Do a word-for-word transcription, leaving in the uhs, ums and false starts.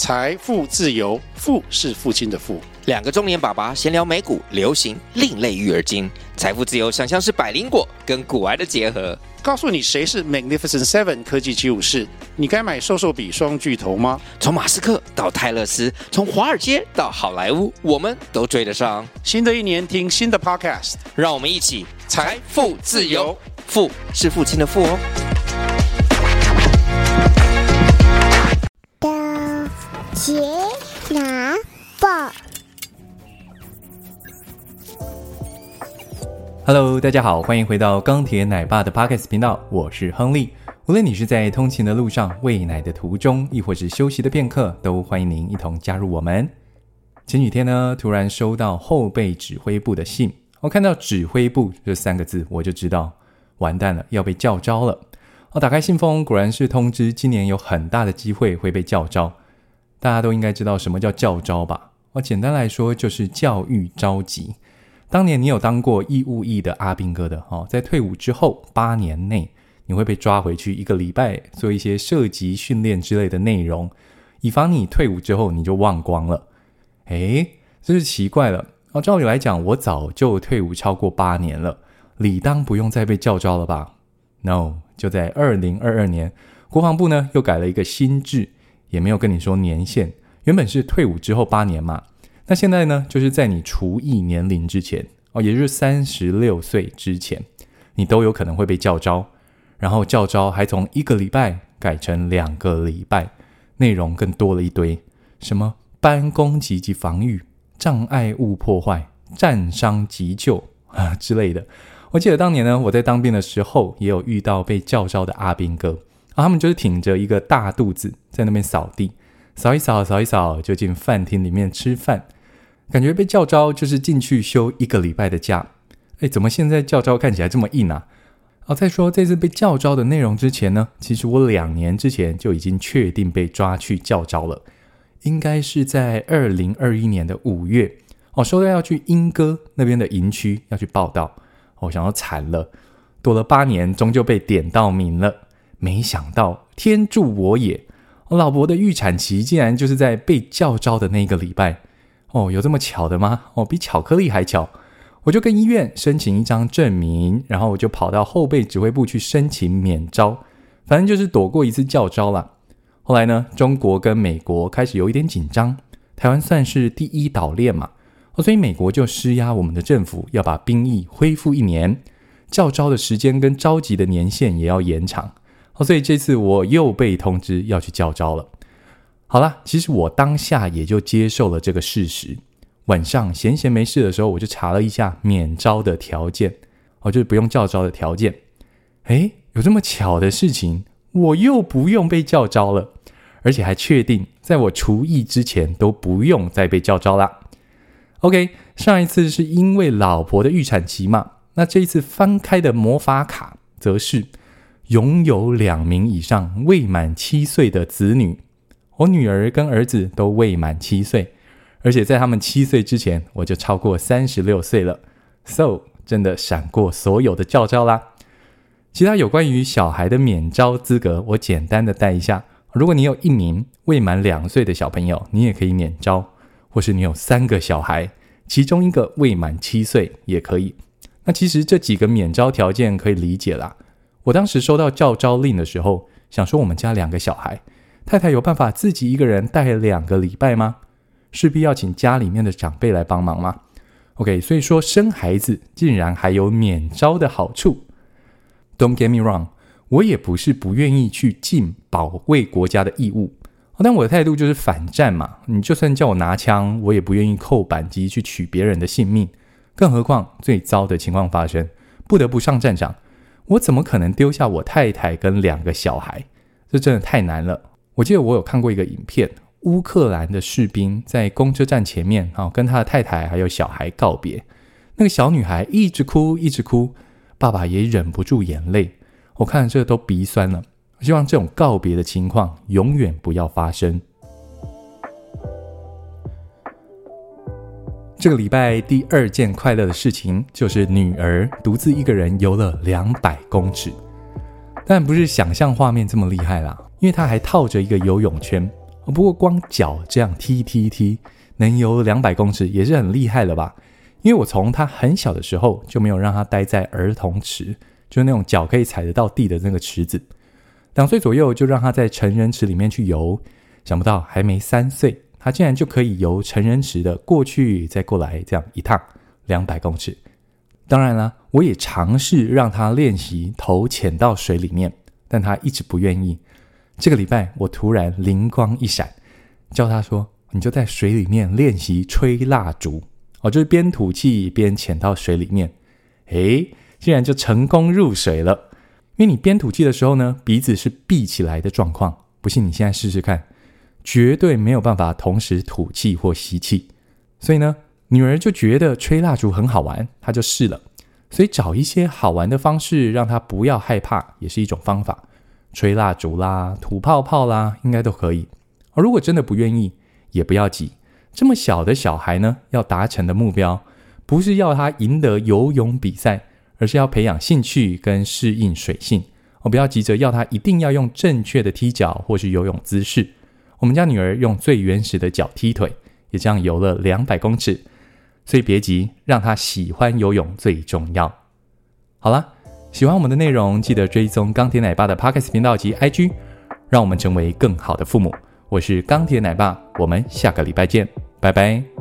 财富自由，富是父亲的富。 两个中年爸爸闲聊美股、流行、另类育儿经，财富自由想象是百灵果跟股癌的结合。 告诉你谁是 Magnificent Seven 科技七武士，你该买瘦瘦比双巨头吗？ 从马斯克到泰勒斯，从华尔街到好莱坞，我们都追得上。 新的一年听新的 Podcast， 让我们一起财富自由， 富是父亲的富哦。 的杰拿报 Hello， 大家好，欢迎回到钢铁奶爸的 Podcast 频道，我是亨利。无论你是在通勤的路上、喂奶的途中，亦或是休息的片刻，都欢迎您一同加入我们。前几天呢，突然收到后备指挥部的信，我看到指挥部这三个字，我就知道完蛋了，要被叫招了。我打开信封，果然是通知今年有很大的机会会被叫招。大家都应该知道什么叫叫招吧？我简单来说就是教育召集。当年你有当过义务役的阿兵哥的，在退伍之后八年内，你会被抓回去一个礼拜做一些射击训练之类的内容，以防你退伍之后你就忘光了。诶，这是奇怪了。照理来讲，我早就退伍超过八年了，理当不用再被叫招了吧？ No， 就在二零二二年，国防部呢又改了一个新制，也没有跟你说年限，原本是退伍之后八年嘛，那现在呢，就是在你除役年龄之前，哦，也就是三十六岁之前，你都有可能会被叫招，然后叫招还从一个礼拜改成两个礼拜，内容更多了一堆，什么班攻击及防御、障碍物破坏、战伤急救啊之类的。我记得当年呢，我在当兵的时候，也有遇到被叫招的阿兵哥，啊，他们就是挺着一个大肚子在那边扫地。扫一扫扫一扫就进饭厅里面吃饭，感觉被叫招就是进去休一个礼拜的假。诶，怎么现在叫招看起来这么硬啊？哦，在说这次被叫招的内容之前呢，其实我两年之前就已经确定被抓去叫招了，应该是在二零二一年的五月，哦，收到要去莺歌那边的营区要去报到，我、哦、想要惨了，躲了八年终究被点到名了，没想到天助我也。我老婆的预产期竟然就是在被叫招的那个礼拜哦，有这么巧的吗？哦，比巧克力还巧。我就跟医院申请一张证明，然后我就跑到后备指挥部去申请免招，反正就是躲过一次叫招啦。后来呢，中国跟美国开始有一点紧张，台湾算是第一岛链嘛，哦，所以美国就施压我们的政府要把兵役恢复一年，叫招的时间跟召集的年限也要延长。哦，所以这次我又被通知要去叫招了。好啦，其实我当下也就接受了这个事实。晚上闲闲没事的时候，我就查了一下免招的条件，哦，就是不用叫招的条件。诶，有这么巧的事情，我又不用被叫招了，而且还确定在我除役之前都不用再被叫招啦。OK， 上一次是因为老婆的预产期嘛，那这一次翻开的魔法卡则是拥有两名以上未满七岁的子女，我女儿跟儿子都未满七岁，而且在他们七岁之前，我就超过三十六岁了。So， 真的闪过所有的叫招啦。其他有关于小孩的免招资格，我简单的带一下。如果你有一名未满两岁的小朋友，你也可以免招，或是你有三个小孩，其中一个未满七岁也可以。那其实这几个免招条件可以理解啦。我当时收到叫招令的时候，想说我们家两个小孩，太太有办法自己一个人带两个礼拜吗？势必要请家里面的长辈来帮忙吗？ OK， 所以说生孩子竟然还有免招的好处。 Don't get me wrong， 我也不是不愿意去尽保卫国家的义务，但我的态度就是反战嘛，你就算叫我拿枪，我也不愿意扣扳机去取别人的性命，更何况最糟的情况发生，不得不上战场，我怎么可能丢下我太太跟两个小孩？这真的太难了。我记得我有看过一个影片，乌克兰的士兵在公车站前面，哦，跟他的太太还有小孩告别，那个小女孩一直哭一直哭，爸爸也忍不住眼泪，我看了这都鼻酸了。希望这种告别的情况永远不要发生。这个礼拜第二件快乐的事情就是女儿独自一个人游了两百公尺，但不是想象画面这么厉害啦，因为她还套着一个游泳圈， 不过光脚这样踢踢踢能游两百公尺也是很厉害了吧？因为我从他很小的时候就没有让他待在儿童池，就是那种脚可以踩得到地的那个池子。两岁左右就让他在成人池里面去游，想不到还没三岁，他竟然就可以游成人池的过去再过来，这样一趟两百公尺。当然啦，我也尝试让他练习头潜到水里面，但他一直不愿意。这个礼拜我突然灵光一闪，叫他说你就在水里面练习吹蜡烛哦，就是边吐气边潜到水里面。诶，竟然就成功入水了。因为你边吐气的时候呢，鼻子是闭起来的状况，不信你现在试试看，绝对没有办法同时吐气或吸气。所以呢，女儿就觉得吹蜡烛很好玩，她就试了。所以找一些好玩的方式让她不要害怕也是一种方法，吹蜡烛啦，吐泡泡啦，应该都可以。而如果真的不愿意也不要急，这么小的小孩呢，要达成的目标不是要他赢得游泳比赛，而是要培养兴趣跟适应水性。我不要急着要他一定要用正确的踢脚或是游泳姿势。我们家女儿用最原始的脚踢腿，也这样游了两百公尺。所以别急，让他喜欢游泳最重要。好啦，喜欢我们的内容，记得追踪钢铁奶爸的 Podcast 频道及 I G， 让我们成为更好的父母。我是钢铁奶爸，我们下个礼拜见，拜拜。